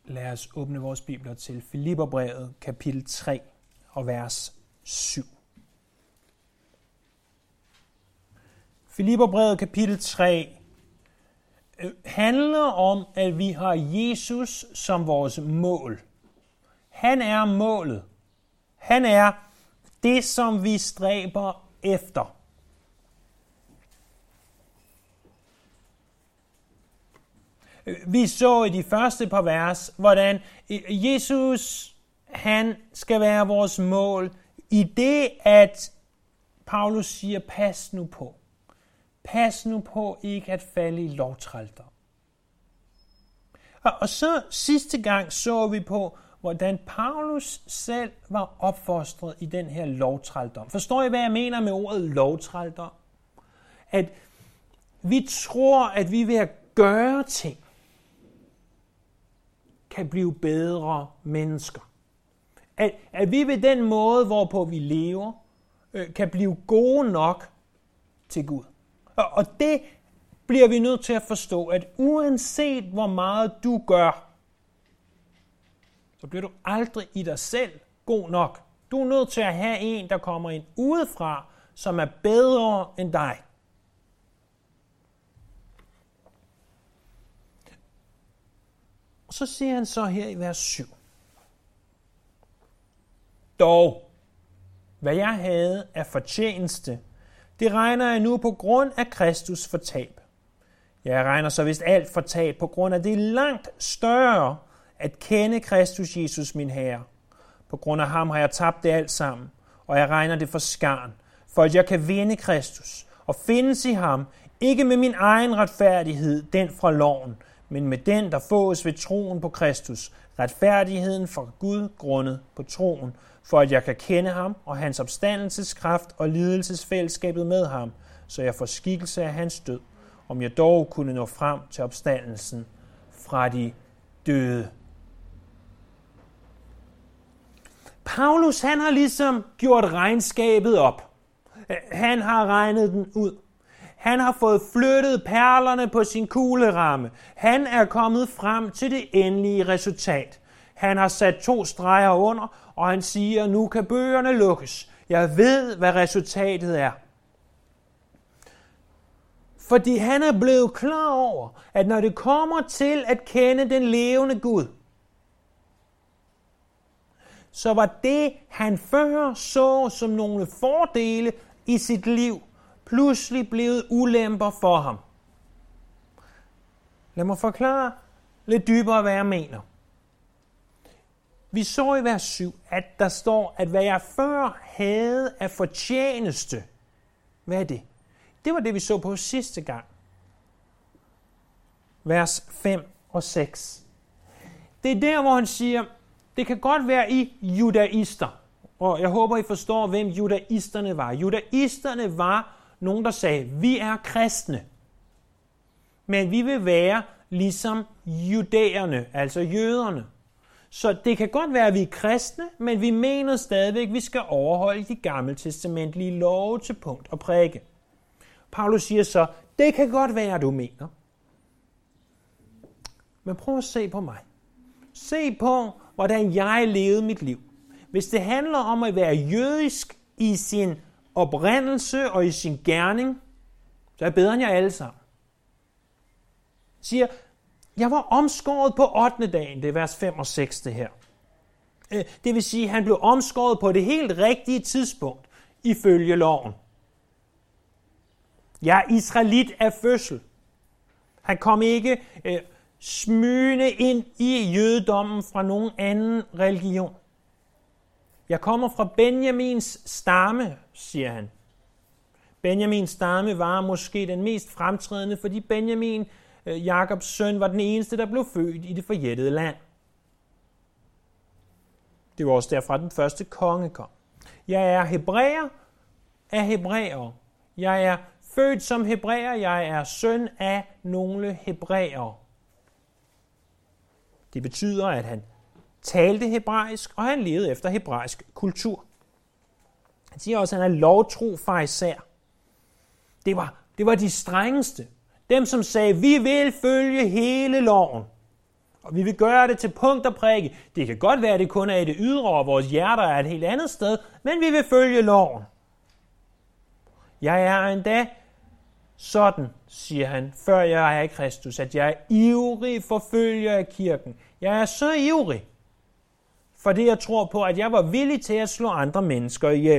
Lad os åbne vores bibler til Filipperbrevet, kapitel 3 og vers 7. Filipperbrevet, kapitel 3, handler om, at vi har Jesus som vores mål. Han er målet. Han er det, som vi stræber efter. Vi så i de første par vers, hvordan Jesus, han skal være vores mål i det, at Paulus siger, pas nu på. Pas nu på ikke at falde i lovtrældom. Og så sidste gang så vi på, hvordan Paulus selv var opfostret i den her lovtrældom. Forstår I, hvad jeg mener med ordet lovtrældom? At vi tror, at vi ved at gøre ting, kan blive bedre mennesker. At vi ved den måde, hvorpå vi lever, kan blive gode nok til Gud. Og det bliver vi nødt til at forstå, at uanset hvor meget du gør, så bliver du aldrig i dig selv god nok. Du er nødt til at have en, der kommer ind udefra, som er bedre end dig. Og så siger han så her i vers 7. Dog, hvad jeg havde af fortjeneste, det regner jeg nu på grund af Kristus for tab. Jeg regner så vist alt for tab på grund af det langt større at kende Kristus Jesus min Herre. På grund af ham har jeg tabt det alt sammen, og jeg regner det for skarn, for at jeg kan vinde Kristus og findes i ham, ikke med min egen retfærdighed, den fra loven, men med den, der fås ved troen på Kristus, retfærdigheden fra Gud grundet på troen, for at jeg kan kende ham og hans opstandelseskraft og lidelsesfællesskabet med ham, så jeg får skikkelse af hans død, om jeg dog kunne nå frem til opstandelsen fra de døde. Paulus, han har ligesom gjort regnskabet op. Han har regnet den ud. Han har fået flyttet perlerne på sin kugleramme. Han er kommet frem til det endelige resultat. Han har sat 2 streger under, og han siger, nu kan bøgerne lukkes. Jeg ved, hvad resultatet er. Fordi han er blevet klar over, at når det kommer til at kende den levende Gud, så var det, han før så som nogle fordele i sit liv, pludselig blevet ulemper for ham. Lad mig forklare lidt dybere, hvad jeg mener. Vi så i vers 7, at der står, at hvad jeg før havde af fortjeneste, hvad er det? Det var det, vi så på sidste gang. Vers 5 og 6. Det er der, hvor han siger, det kan godt være I judaister. Og jeg håber, I forstår, hvem judaisterne var. Judaisterne var nogen, der sagde, vi er kristne. Men vi vil være ligesom judæerne, altså jøderne. Så det kan godt være, at vi er kristne, men vi mener stadigvæk, at vi skal overholde de gammeltestamentlige love til punkt og prikke. Paulus siger så, det kan godt være, at du mener. Men prøv at se på mig. Se på, hvordan jeg levede mit liv. Hvis det handler om at være jødisk i sin oprindelse og i sin gerning, så er jeg bedre end jer alle sammen. Siger, jeg var omskåret på 8. dagen, det er vers 5 og 6 det her. Det vil sige, at han blev omskåret på det helt rigtige tidspunkt, ifølge loven. Jeg er israelit af fødsel. Han kom ikke smygende ind i jødedommen fra nogen anden religion. Jeg kommer fra Benjamins stamme, siger han. Benjamins stamme var måske den mest fremtrædende, fordi Benjamin, Jakobs søn, var den eneste, der blev født i det forjættede land. Det var også derfra den første konge kom. Jeg er hebræer af hebræere. Jeg er født som hebræer. Jeg er søn af nogle hebræere. Det betyder, at han talte hebraisk, og han levede efter hebraisk kultur. Han siger også, at han er lovtro farisæer. Det var de strengeste. Dem, som sagde, vi vil følge hele loven. Og vi vil gøre det til punkt og prikke. Det kan godt være, at det kun er i det ydre, og vores hjerter er et helt andet sted, men vi vil følge loven. Jeg er endda sådan, siger han, før jeg er i Kristus, at jeg er ivrig forfølger af kirken. Jeg er så ivrig, fordi jeg tror på, at jeg var villig til at slå andre mennesker ihjel.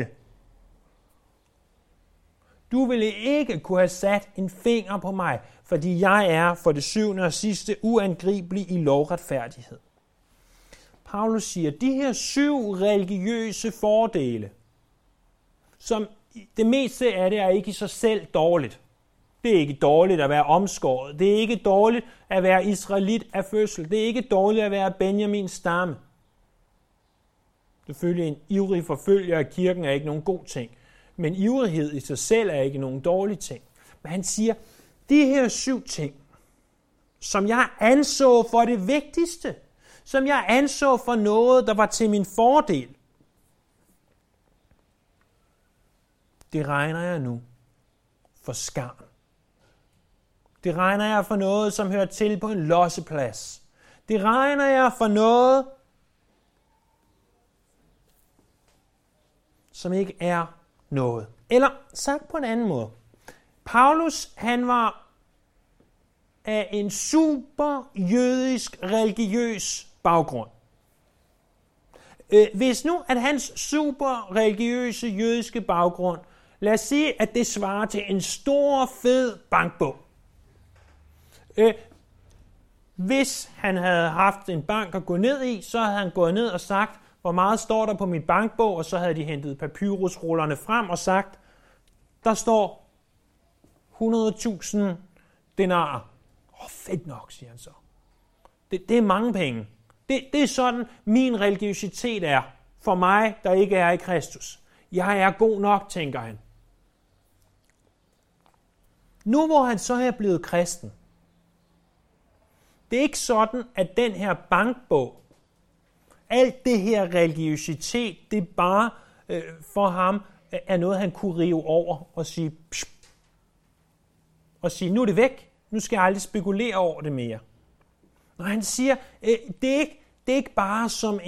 Du ville ikke kunne have sat en finger på mig, fordi jeg er for det syvende og sidste uangribelig i lovretfærdighed. Paulus siger, at de her 7 religiøse fordele, som det meste af det er ikke i sig selv dårligt. Det er ikke dårligt at være omskåret. Det er ikke dårligt at være israelit af fødsel. Det er ikke dårligt at være Benjamins stamme. Selvfølgelig en ivrig forfølger af kirken er ikke nogen god ting. Men ivrighed i sig selv er ikke nogen dårlig ting. Men han siger, de her 7 ting, som jeg anså for det vigtigste, som jeg anså for noget, der var til min fordel, det regner jeg nu for skam. Det regner jeg for noget, som hører til på en losseplads. Det regner jeg for noget, som ikke er noget. Eller sagt på en anden måde. Paulus, han var af en super jødisk religiøs baggrund. Hvis nu, at hans super religiøse jødiske baggrund, lad os sige, at det svarer til en stor, fed bankbog. Hvis han havde haft en bank at gå ned i, så havde han gået ned og sagt, hvor meget står der på min bankbog, og så havde de hentet papyrusrullerne frem og sagt, der står 100.000 denarer. Fedt nok, siger han så. Det er mange penge. Det er sådan, min religiøsitet er for mig, der ikke er i Kristus. Jeg er god nok, tænker han. Nu hvor han så er blevet kristen, det er ikke sådan, at den her bankbog, alt det her religiøsitet, det bare for ham er noget, han kunne rive over og sige, psh, og sige, nu er det væk. Nu skal jeg aldrig spekulere over det mere. Når han siger, det er ikke bare som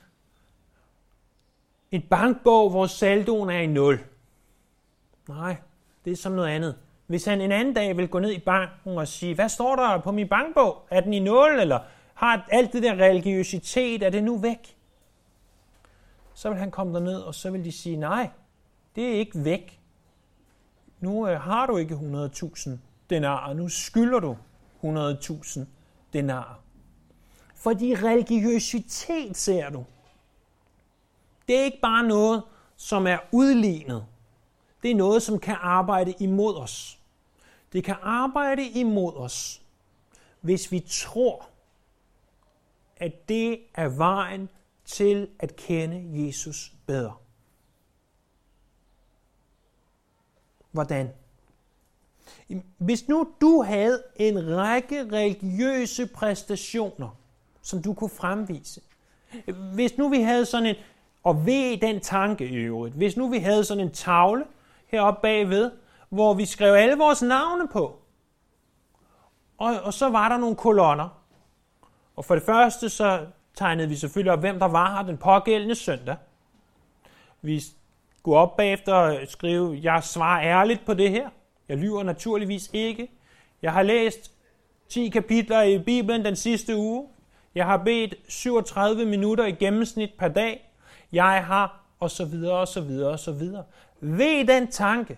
en bankbog, hvor saldoen er i 0. Nej, det er som noget andet. Hvis han en anden dag vil gå ned i banken og sige, hvad står der på min bankbog? Er den i 0, eller har alt det der religiøsitet, er det nu væk? Så vil han komme derned, og så vil de sige, nej, det er ikke væk. Nu har du ikke 100.000 denarer, nu skylder du 100.000 denarer. Fordi religiøsitet, ser du, det er ikke bare noget, som er udlignet. Det er noget, som kan arbejde imod os. Det kan arbejde imod os, hvis vi tror, at det er vejen til at kende Jesus bedre. Hvordan? Hvis nu du havde en række religiøse præstationer, som du kunne fremvise. Hvis nu vi havde sådan en, og ved den tanke i øvrigt, hvis nu vi havde sådan en tavle heroppe bagved, hvor vi skrev alle vores navne på, og så var der nogle kolonner. Og for det første så tegnede vi selvfølgelig op, hvem der var her den pågældende søndag. Vi skulle op bagefter og skrive, jeg svarer ærligt på det her. Jeg lyver naturligvis ikke. Jeg har læst 10 kapitler i Bibelen den sidste uge. Jeg har bedt 37 minutter i gennemsnit per dag. Jeg har, og så videre, og så videre, og så videre. Ved den tanke.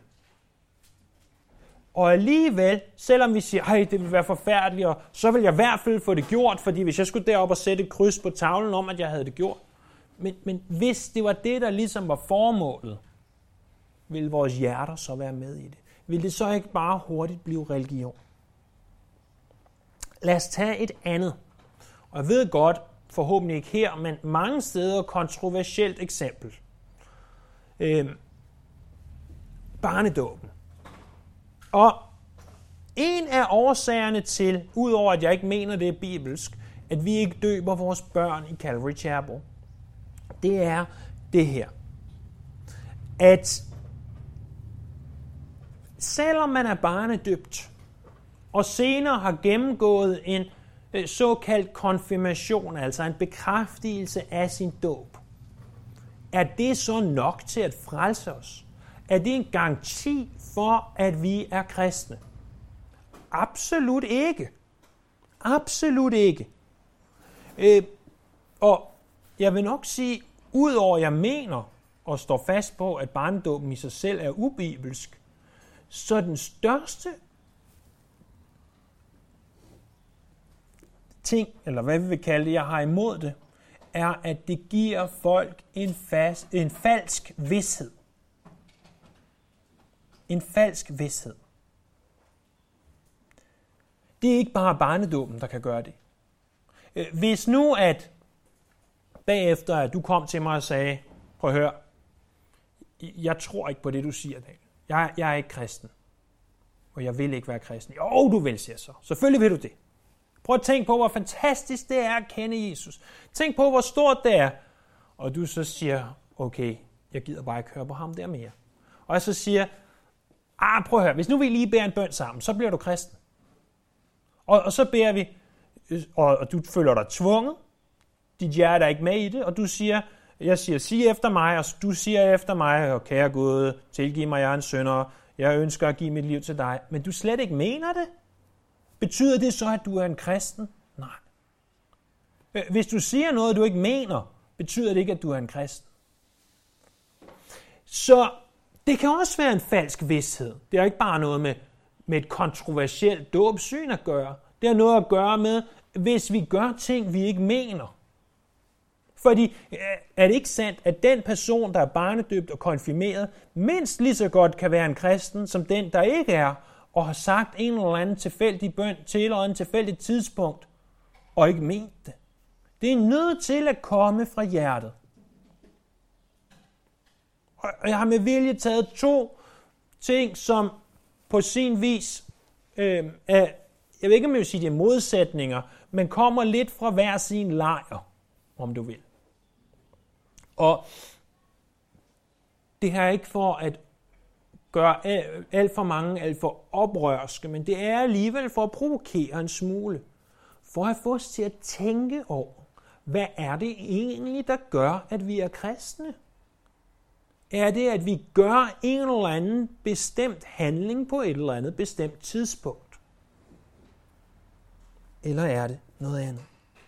Og alligevel, selvom vi siger, det vil være forfærdeligt, og så vil jeg i hvert fald få det gjort, fordi hvis jeg skulle derop og sætte et kryds på tavlen om, at jeg havde det gjort. Men hvis det var det, der ligesom var formålet, ville vores hjerter så være med i det? Vil det så ikke bare hurtigt blive religion? Lad os tage et andet. Og jeg ved godt, forhåbentlig ikke her, men mange steder kontroversielt eksempel. Barnedåben. Og en af årsagerne til, udover at jeg ikke mener, det er bibelsk, at vi ikke døber vores børn i Calvary Chapel, det er det her. At selvom man er barnedøbt, og senere har gennemgået en såkaldt konfirmation, altså en bekræftelse af sin dåb, er det så nok til at frelse os? Er det en garanti for, at vi er kristne? Absolut ikke. Absolut ikke. Og jeg vil nok sige, udover jeg mener og står fast på, at barnedåben i sig selv er ubibelsk, så den største ting, eller hvad vi vil kalde det, jeg har imod det, er, at det giver folk en falsk vished. En falsk vished. Det er ikke bare barnedåben, der kan gøre det. Hvis nu, at bagefter, at du kom til mig og sagde, prøv at høre, jeg tror ikke på det, du siger, Daniel. Jeg er ikke kristen, og jeg vil ikke være kristen. Jo, du vil, siger så. Selvfølgelig vil du det. Prøv at tænke på, hvor fantastisk det er at kende Jesus. Tænk på, hvor stort det er. Og du så siger, okay, jeg gider bare ikke høre på ham der mere. Og jeg så siger, prøv at høre, hvis nu vi lige beder en bøn sammen, så bliver du kristen. Og så beder vi, og du føler dig tvunget. Dit hjerte er ikke med i det, og du siger, jeg siger, sig efter mig, og du siger efter mig, og kære Gud, tilgiv mig, jeg er en synder, jeg ønsker at give mit liv til dig. Men du slet ikke mener det? Betyder det så, at du er en kristen? Nej. Hvis du siger noget, du ikke mener, betyder det ikke, at du er en kristen. Så det kan også være en falsk vished. Det er ikke bare noget med et kontroversielt dåbssyn at gøre. Det har noget at gøre med, hvis vi gør ting, vi ikke mener. Fordi er det ikke sandt, at den person, der er barnedøbt og konfirmeret, mindst lige så godt kan være en kristen, som den, der ikke er, og har sagt en eller anden tilfældig bøn til et eller andet tilfældigt tidspunkt, og ikke ment det. Det er nødt til at komme fra hjertet. Og jeg har med vilje taget 2 ting, som på sin vis jeg ved ikke, om jeg vil sige, det er modsætninger, men kommer lidt fra hver sin lejr, om du vil. Og det her er ikke for at gøre alt for mange alt for oprørske, men det er alligevel for at provokere en smule. For at få os til at tænke over, hvad er det egentlig, der gør, at vi er kristne? Er det, at vi gør en eller anden bestemt handling på et eller andet bestemt tidspunkt? Eller er det noget andet?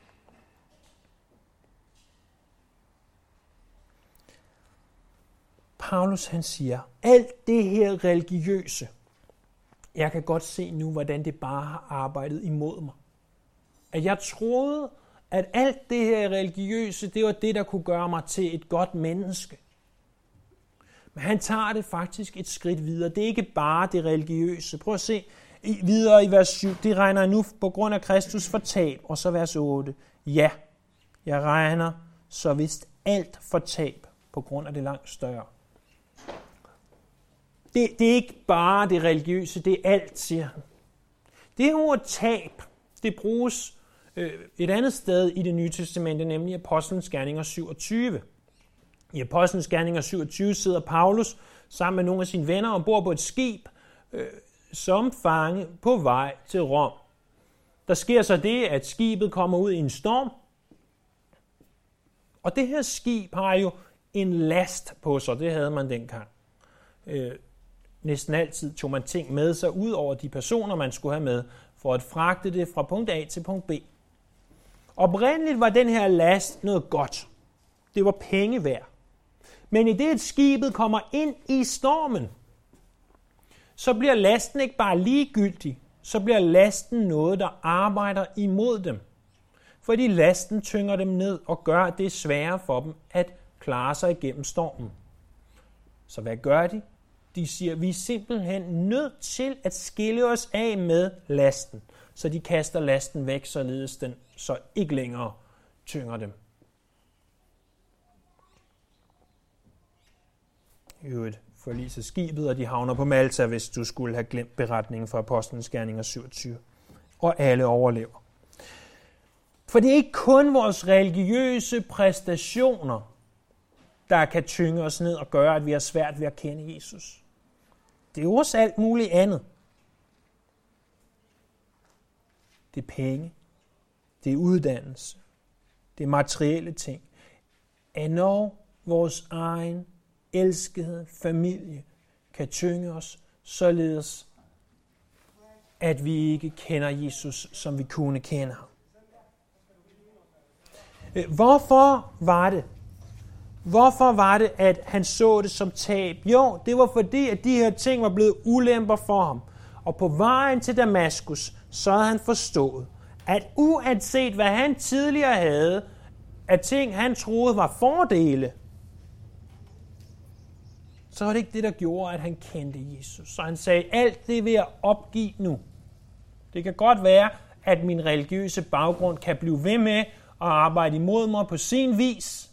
Paulus han siger, alt det her religiøse, jeg kan godt se nu, hvordan det bare har arbejdet imod mig. At jeg troede, at alt det her religiøse, det var det, der kunne gøre mig til et godt menneske. Men han tager det faktisk et skridt videre. Det er ikke bare det religiøse. Prøv at se videre i vers 7. Det regner jeg nu på grund af Kristus for tab. Og så vers 8. Ja, jeg regner så vist alt for tab på grund af det langt større. Det er ikke bare det religiøse, det er alt, siger han. Det ord tab, det bruges et andet sted i Det Nye Testamente, nemlig Apostlenes Gerninger 27. I Apostlenes Gerninger 27 sidder Paulus sammen med nogle af sine venner ombord på et skib som fange på vej til Rom. Der sker så det, at skibet kommer ud i en storm, og det her skib har jo en last på sig, det havde man dengang. Næsten altid tog man ting med sig ud over de personer, man skulle have med, for at fragte det fra punkt A til punkt B. Oprindeligt var den her last noget godt. Det var penge værd. Men i det, at skibet kommer ind i stormen, så bliver lasten ikke bare ligegyldig, så bliver lasten noget, der arbejder imod dem. Fordi lasten tynger dem ned og gør det sværere for dem at klare sig igennem stormen. Så hvad gør de? De siger, vi er simpelthen nødt til at skille os af med lasten. Så de kaster lasten væk, således den så ikke længere tynger dem. I øvrigt forliser skibet, og de havner på Malta, hvis du skulle have glemt beretningen fra Apostlenes Gerninger 27. Og alle overlever. For det er ikke kun vores religiøse præstationer, der kan tynge os ned og gøre, at vi har svært ved at kende Jesus. Det er også alt muligt andet. Det er penge. det er uddannelse, det er materielle ting. At når vores egen elskede familie kan tynge os, således at vi ikke kender Jesus, som vi kunne kende ham. Hvorfor var det, at han så det som tab? Jo, det var fordi, at de her ting var blevet ulemper for ham. Og på vejen til Damaskus, så havde han forstået, at uanset hvad han tidligere havde, af ting han troede var fordele, så var det ikke det, der gjorde, at han kendte Jesus. Så han sagde, alt det vil jeg opgive nu. Det kan godt være, at min religiøse baggrund kan blive ved med at arbejde imod mig på sin vis,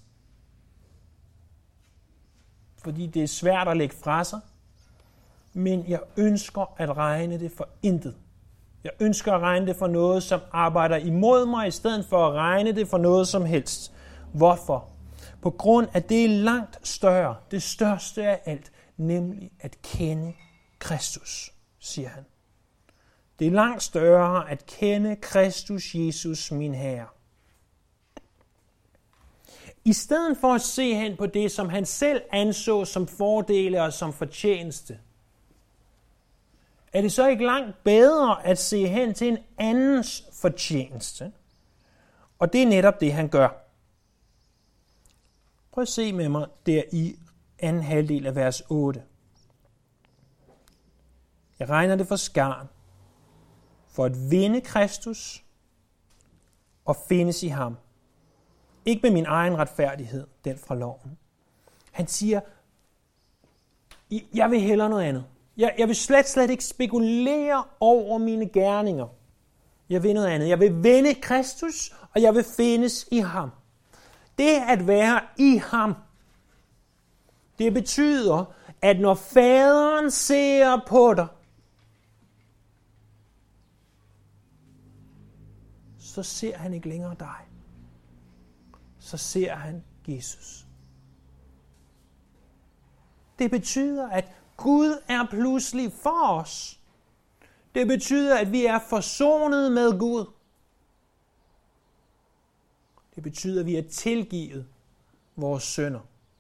fordi det er svært at lægge fra sig, men jeg ønsker at regne det for intet. Jeg ønsker at regne det for noget, som arbejder imod mig, i stedet for at regne det for noget som helst. Hvorfor? På grund af det er langt større, det største af alt, nemlig at kende Kristus, siger han. Det er langt større at kende Kristus Jesus, min Herre. I stedet for at se hen på det, som han selv anså som fordele og som fortjeneste, er det så ikke langt bedre at se hen til en andens fortjeneste? Og det er netop det, han gør. Prøv at se med mig der i anden halvdel af vers 8. Jeg regner det for skarn, for at vinde Kristus og findes i ham. Ikke med min egen retfærdighed, den fra loven. Han siger, jeg vil hellere noget andet. Jeg vil slet ikke spekulere over mine gerninger. Jeg vil noget andet. Jeg vil vinde Kristus, og jeg vil findes i ham. Det at være i ham, det betyder, at når faderen ser på dig, så ser han ikke længere dig. Så ser han Jesus. Det betyder, at Gud er pludselig for os. Det betyder, at vi er forsonet med Gud. Det betyder, at vi er tilgivet vores synder.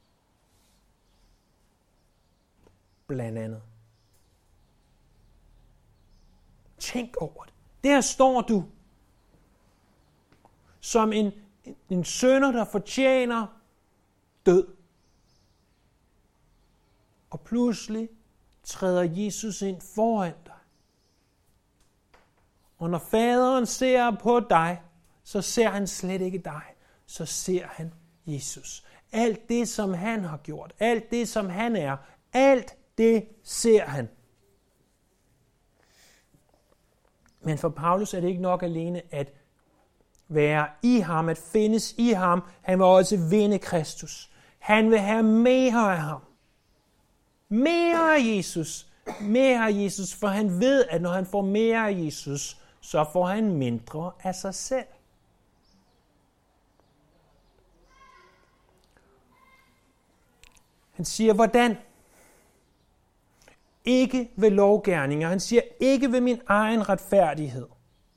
Blandt andet. Tænk over det. Der står du som en synder, der fortjener død. Og pludselig træder Jesus ind foran dig. Og når faderen ser på dig, så ser han slet ikke dig. Så ser han Jesus. Alt det, som han har gjort, alt det, som han er, alt det ser han. Men for Paulus er det ikke nok alene at være i ham, at findes i ham. Han vil også vinde Kristus. Han vil have mere af ham. Mere af Jesus. Mere af Jesus, for han ved, at når han får mere af Jesus, så får han mindre af sig selv. Han siger, hvordan? Ikke ved lovgerninger. Han siger, ikke ved min egen retfærdighed.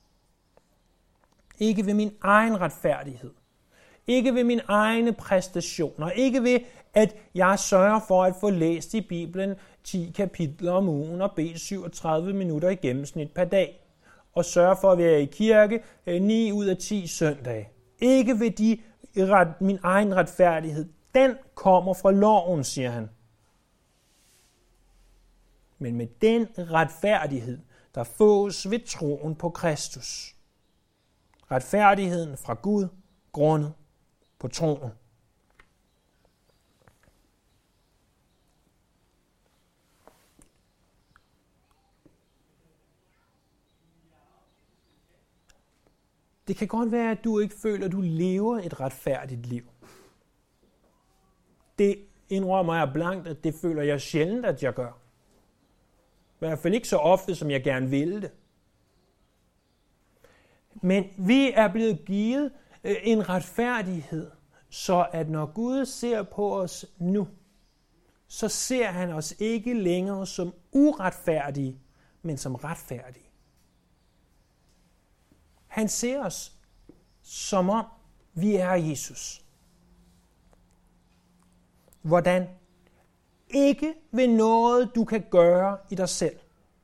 Ikke ved min egen retfærdighed. Ikke ved mine egne præstationer. Ikke ved, at jeg sørger for at få læst i Bibelen 10 kapitler om ugen og bede 37 minutter i gennemsnit per dag. Og sørge for at være i kirke 9 ud af 10 søndage. Ikke ved min egen retfærdighed. Den kommer fra loven, siger han. Men med den retfærdighed, der fås ved troen på Kristus. Retfærdigheden fra Gud, grundet på troen. Det kan godt være, at du ikke føler, at du lever et retfærdigt liv. Det indrømmer jeg blankt, at det føler jeg sjældent, at jeg gør. I hvert fald ikke så ofte, som jeg gerne ville det. Men vi er blevet givet en retfærdighed, så at når Gud ser på os nu, så ser han os ikke længere som uretfærdige, men som retfærdige. Han ser os som om vi er Jesus. Hvordan? Ikke ved noget, du kan gøre i dig selv.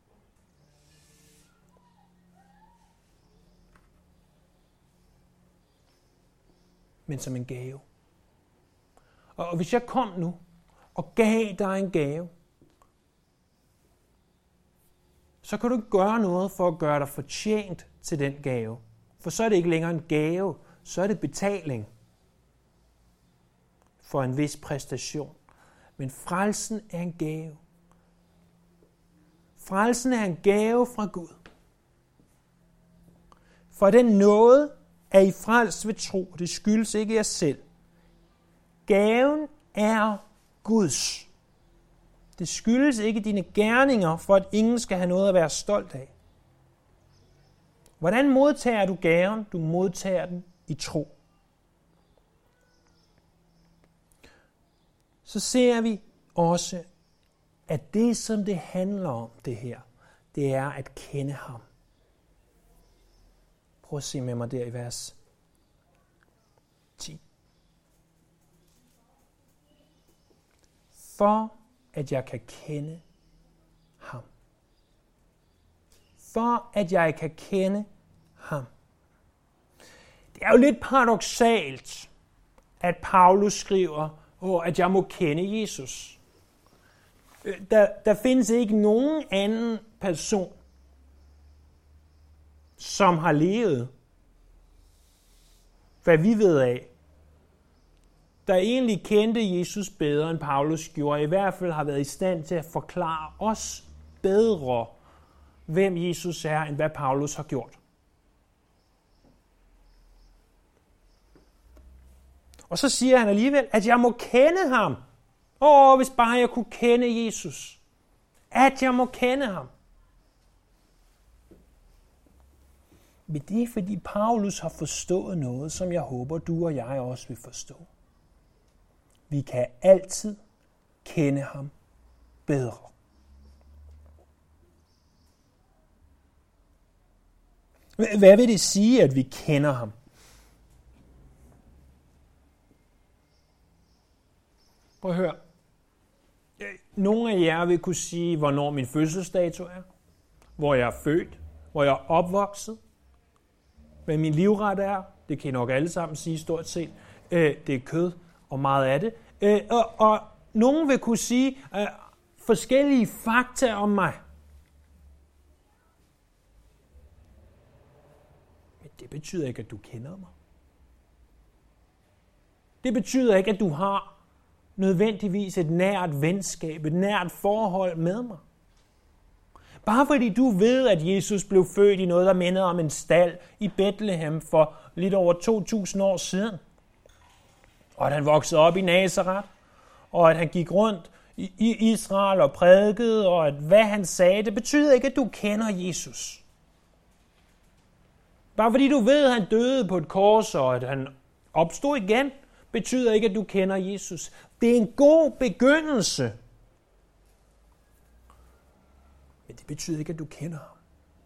Men som en gave. Og hvis jeg kom nu og gav dig en gave, så kan du ikke gøre noget for at gøre dig fortjent til den gave. For så er det ikke længere en gave, så er det betaling for en vis præstation. Men frelsen er en gave. Frelsen er en gave fra Gud. For den nåde er I frelst ved tro, og det skyldes ikke jer selv. Gaven er Guds. Det skyldes ikke dine gerninger, for at ingen skal have noget at være stolt af. Hvordan modtager du gaven? Du modtager den i tro. Så ser vi også, at det, som det handler om, det her, det er at kende ham. Prøv at se med mig der i vers 10. For at jeg kan kende ham. For at jeg kan kende ham. Det er jo lidt paradoksalt, at Paulus skriver, at jeg må kende Jesus. Der findes ikke nogen anden person, som har levet, hvad vi ved af, der egentlig kendte Jesus bedre, end Paulus gjorde, i hvert fald har været i stand til at forklare os bedre, hvem Jesus er, end hvad Paulus har gjort. Og så siger han alligevel, at jeg må kende ham. Hvis bare jeg kunne kende Jesus. At jeg må kende ham. Men det er, fordi Paulus har forstået noget, som jeg håber, du og jeg også vil forstå. Vi kan altid kende ham bedre. Hvad vil det sige, at vi kender ham? Prøv at høre. Nogle af jer vil kunne sige, hvornår min fødselsdato er, hvor jeg er født, hvor jeg er opvokset, hvad min livret er. Det kan I nok alle sammen sige stort set. Det er kød og meget af det. Og nogen vil kunne sige forskellige fakta om mig. Men det betyder ikke, at du kender mig. Det betyder ikke, at du har nødvendigvis et nært venskab, et nært forhold med mig. Bare fordi du ved, at Jesus blev født i noget, der minder om en stald i Bethlehem for lidt over 2000 år siden. Og at han voksede op i Nazareth, og at han gik rundt i Israel og prædikede, og at hvad han sagde, det betyder ikke, at du kender Jesus. Bare fordi du ved, at han døde på et kors, og at han opstod igen, betyder ikke, at du kender Jesus. Det er en god begyndelse. Men det betyder ikke, at du kender ham.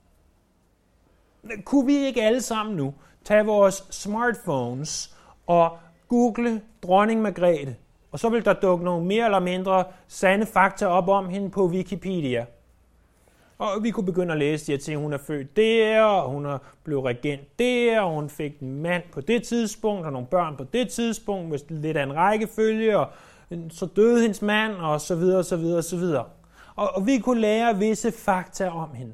Kunne vi ikke alle sammen nu tage vores smartphones og google dronning Margrethe, og så vil der dukke nogle mere eller mindre sande fakta op om hende på Wikipedia. Og vi kunne begynde at læse de her ting. Hun er født der, og hun er blevet regent der, og hun fik en mand på det tidspunkt, og nogle børn på det tidspunkt, med lidt af en rækkefølge, og så døde hendes mand, og så videre, og så videre, og så videre. Og vi kunne lære visse fakta om hende.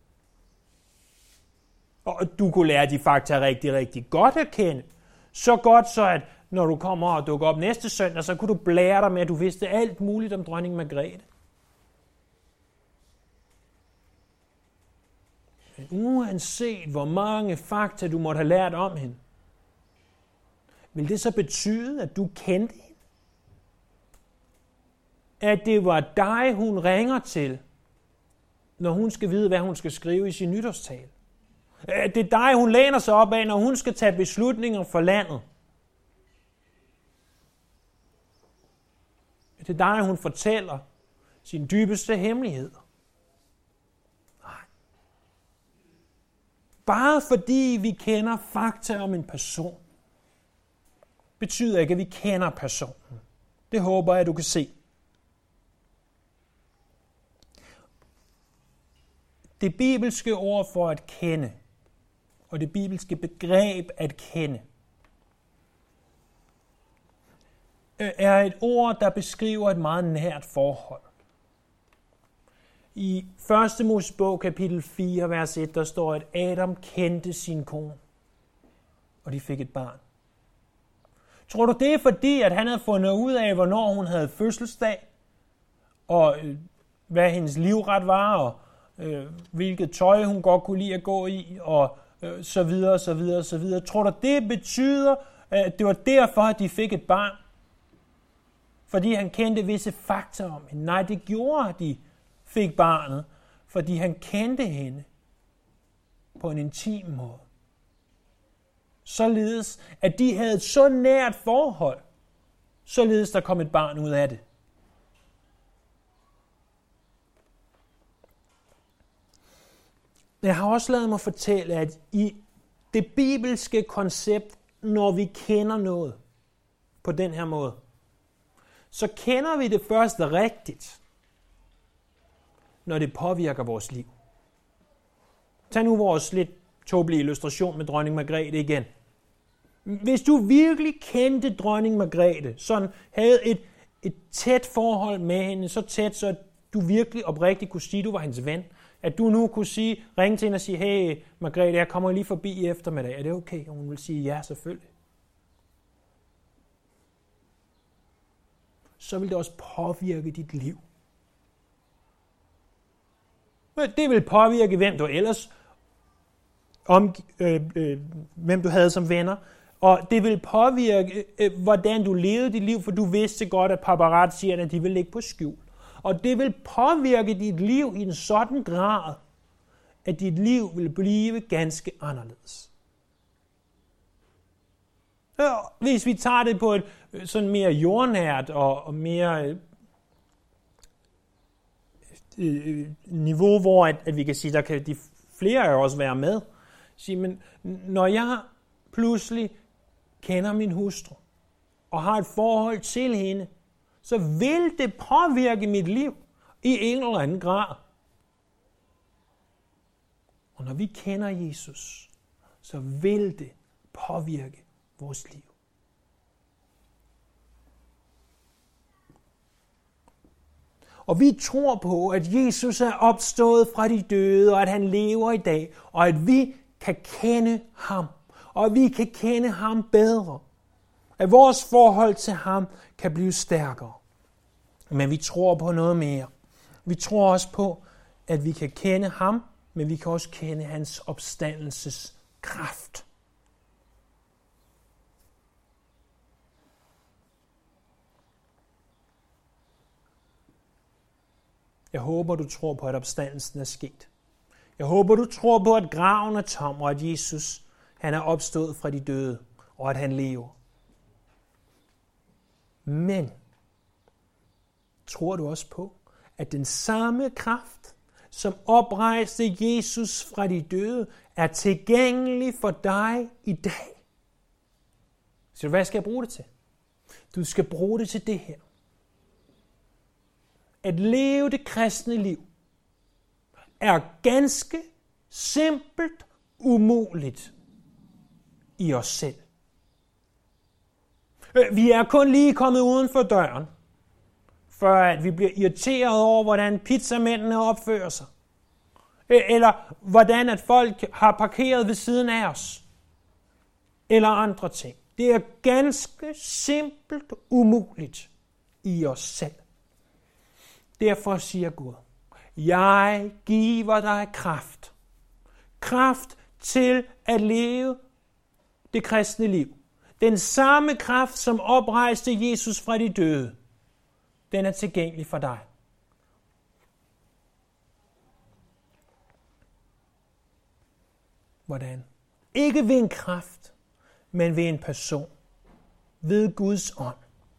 Og du kunne lære de fakta rigtig, rigtig godt at kende. Så godt så, at når du kommer og dukker op næste søndag, så kunne du blære dig med, at du vidste alt muligt om dronning Margrethe. Men uanset hvor mange fakta du måtte have lært om hende, vil det så betyde, at du kendte hende? At det var dig, hun ringer til, når hun skal vide, hvad hun skal skrive i sin nytårstale? At det er dig, hun læner sig op af, når hun skal tage beslutninger for landet? At det er dig, hun fortæller sin dybeste hemmelighed? Bare fordi vi kender fakta om en person, betyder ikke, at vi kender personen. Det håber jeg, du kan se. Det bibelske ord for at kende, og det bibelske begreb at kende, er et ord, der beskriver et meget nært forhold. I 1. Mosebog kapitel 4, vers 1, der står, at Adam kendte sin kone, og de fik et barn. Tror du, det er fordi, at han havde fundet ud af, hvornår hun havde fødselsdag, og hvad hendes livret var, og hvilket tøj hun godt kunne lide at gå i, og så videre, så videre, så videre. Tror du, det betyder, at det var derfor, at de fik et barn? Fordi han kendte visse fakta om hende? Nej, det gjorde, at de fik barnet, fordi han kendte hende på en intim måde. Således, at de havde et så nært forhold, således der kom et barn ud af det. Jeg har også ladet mig fortælle, at i det bibelske koncept, når vi kender noget på den her måde, så kender vi det først rigtigt, når det påvirker vores liv. Tag nu vores lidt tåbelige illustration med dronning Margrethe igen. Hvis du virkelig kendte dronning Margrethe, sådan havde et tæt forhold med hende, så tæt, så du virkelig oprigtigt kunne sige, at du var hendes ven, at du nu kunne ringe til hende og sige, hey Margrethe, jeg kommer lige forbi i eftermiddag. Er det okay? Og hun vil sige, ja, selvfølgelig. Så vil det også påvirke dit liv. Det vil påvirke, hvem du ellers hvem du havde som venner, og det vil påvirke, hvordan du levede dit liv, for du vidste godt, at paparazzierne, at de vil ligge på skjul. Og det vil påvirke dit liv i en sådan grad, at dit liv vil blive ganske anderledes. Hvis vi tager det på et sådan mere jordnært og mere niveau, hvor at vi kan sige, der kan de flere af os være med. Sige, men når jeg pludselig kender min hustru og har et forhold til hende, så vil det påvirke mit liv i en eller anden grad. Og når vi kender Jesus, så vil det påvirke vores liv. Og vi tror på, at Jesus er opstået fra de døde, og at han lever i dag, og at vi kan kende ham, og at vi kan kende ham bedre. At vores forhold til ham kan blive stærkere. Men vi tror på noget mere. Vi tror også på, at vi kan kende ham, men vi kan også kende hans opstandelses kraft. Jeg håber, du tror på, at opstandelsen er sket. Jeg håber, du tror på, at graven er tom, og at Jesus han er opstået fra de døde, og at han lever. Men tror du også på, at den samme kraft, som oprejste Jesus fra de døde, er tilgængelig for dig i dag? Så hvad skal jeg bruge det til? Du skal bruge det til det her. At leve det kristne liv er ganske simpelt umuligt i os selv. Vi er kun lige kommet uden for døren, før at vi bliver irriteret over, hvordan pizzamændene opfører sig. Eller hvordan at folk har parkeret ved siden af os. Eller andre ting. Det er ganske simpelt umuligt i os selv. Derfor siger Gud, jeg giver dig kraft. Kraft til at leve det kristne liv. Den samme kraft, som oprejste Jesus fra de døde, den er tilgængelig for dig. Hvordan? Ikke ved en kraft, men ved en person. Ved Guds ånd.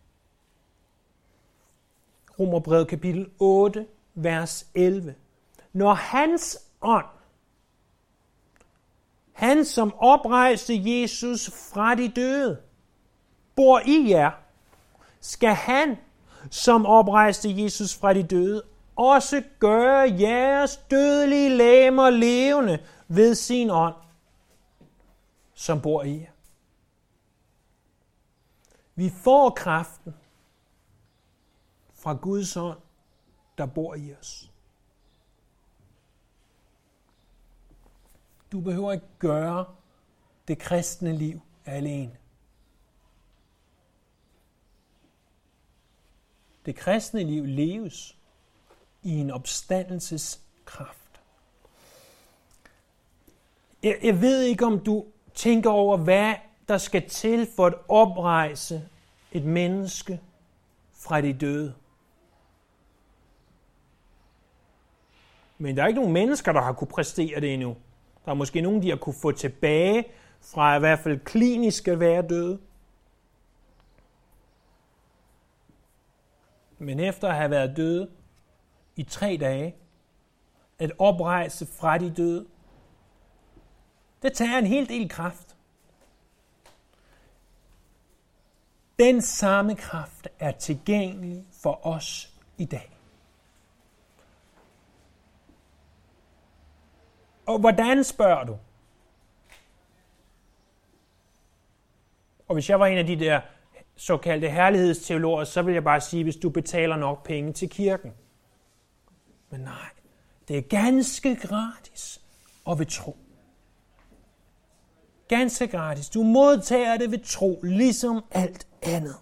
Romerbrevet kapitel 8, vers 11. Når hans ånd Han, som oprejste Jesus fra de døde, bor i jer. Skal han, som oprejste Jesus fra de døde, også gøre jeres dødelige legemer levende ved sin ånd, som bor i jer. Vi får kraften fra Guds ånd, der bor i os. Du behøver ikke gøre det kristne liv alene. Det kristne liv leves i en opstandelseskraft. Jeg ved ikke, om du tænker over, hvad der skal til for at oprejse et menneske fra de døde. Men der er ikke nogen mennesker, der har kunne præstere det endnu. Der er måske nogen, de har kunne få tilbage fra i hvert fald klinisk at være døde. Men efter at have været døde i 3 dage, at oprejse fra de døde, det tager en hel del kraft. Den samme kraft er tilgængelig for os i dag. Og hvordan, spørger du? Og hvis jeg var en af de der såkaldte herlighedsteologer, så vil jeg bare sige, hvis du betaler nok penge til kirken. Men nej, det er ganske gratis og ved tro. Ganske gratis. Du modtager det ved tro, ligesom alt andet.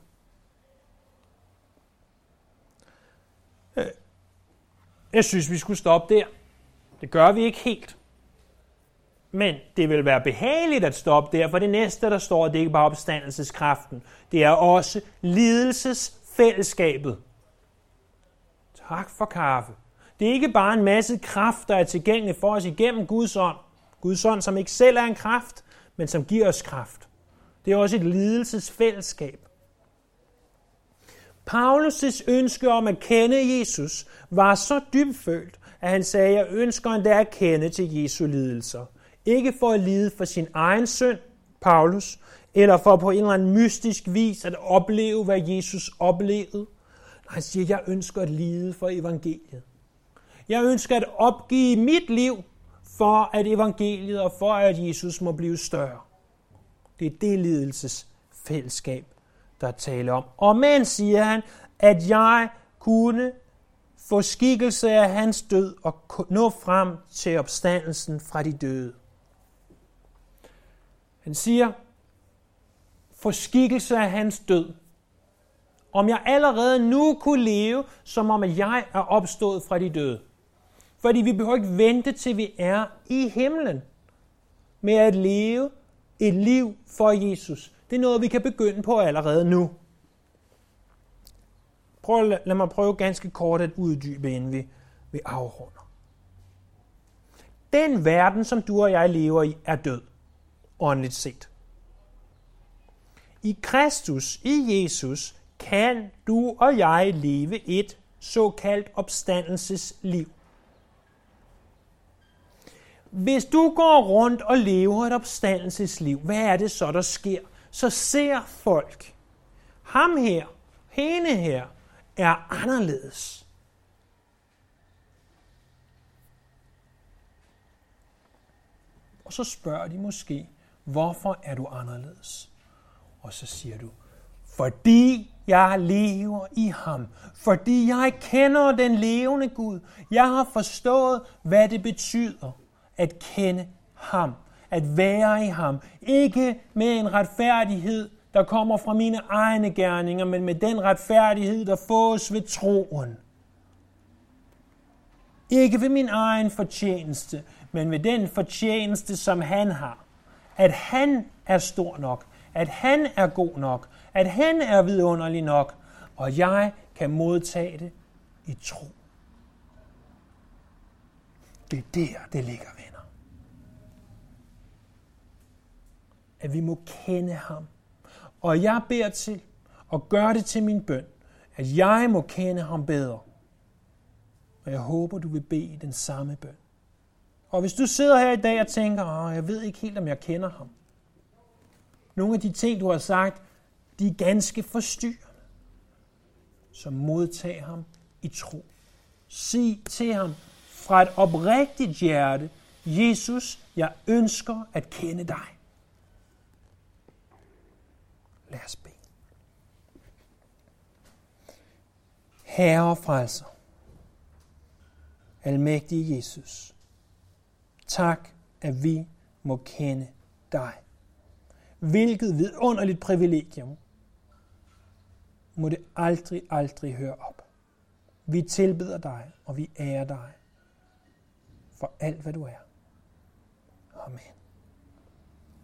Jeg synes, vi skulle stoppe der. Det gør vi ikke helt. Men det vil være behageligt at stoppe der, for det næste, der står, det er ikke bare opstandelseskraften. Det er også lidelsesfællesskabet. Tak for kaffe. Det er ikke bare en masse kraft, der er tilgængelig for os igennem Guds ånd. Guds ånd, som ikke selv er en kraft, men som giver os kraft. Det er også et lidelsesfællesskab. Paulus' ønske om at kende Jesus var så dybfølt, at han sagde, jeg ønsker endda at kende til Jesu lidelser. Ikke for at lide for sin egen synd, Paulus, eller for på en eller anden mystisk vis at opleve, hvad Jesus oplevede. Han siger, jeg ønsker at lide for evangeliet. Jeg ønsker at opgive mit liv for at evangeliet og for at Jesus må blive større. Det er det lidelsesfællesskab, der taler om. Og men siger han, at jeg kunne få skikkelse af hans død og nå frem til opstandelsen fra de døde. Han siger, få skikkelse af hans død. Om jeg allerede nu kunne leve, som om at jeg er opstået fra de døde. Fordi vi behøver ikke vente, til vi er i himlen med at leve et liv for Jesus. Det er noget, vi kan begynde på allerede nu. Lad mig prøve ganske kort at uddybe, inden vi afrunder. Den verden, som du og jeg lever i, er død, åndeligt set. I Kristus, i Jesus, kan du og jeg leve et såkaldt opstandelsesliv. Hvis du går rundt og lever et opstandelsesliv, hvad er det så, der sker? Så ser folk, ham her, hende her, er anderledes. Og så spørger de måske, hvorfor er du anderledes? Og så siger du, fordi jeg lever i ham. Fordi jeg kender den levende Gud. Jeg har forstået, hvad det betyder at kende ham. At være i ham. Ikke med en retfærdighed, der kommer fra mine egne gerninger, men med den retfærdighed, der fås ved troen. Ikke ved min egen fortjeneste, men ved den fortjeneste, som han har. At han er stor nok. At han er god nok. At han er vidunderlig nok. Og jeg kan modtage det i tro. Det er der, det ligger, venner. At vi må kende ham. Og jeg beder til, og gør det til min bøn, at jeg må kende ham bedre. Og jeg håber, du vil bede den samme bøn. Og hvis du sidder her i dag og tænker, jeg ved ikke helt, om jeg kender ham. Nogle af de ting, du har sagt, de er ganske forstyrrende. Så modtag ham i tro. Sig til ham fra et oprigtigt hjerte, Jesus, jeg ønsker at kende dig. Lad os bede. Herre og frelser, almægtige Jesus, tak, at vi må kende dig. Hvilket vidunderligt privilegium. Må det aldrig høre op. Vi tilbeder dig, og vi ærer dig for alt, hvad du er. Amen.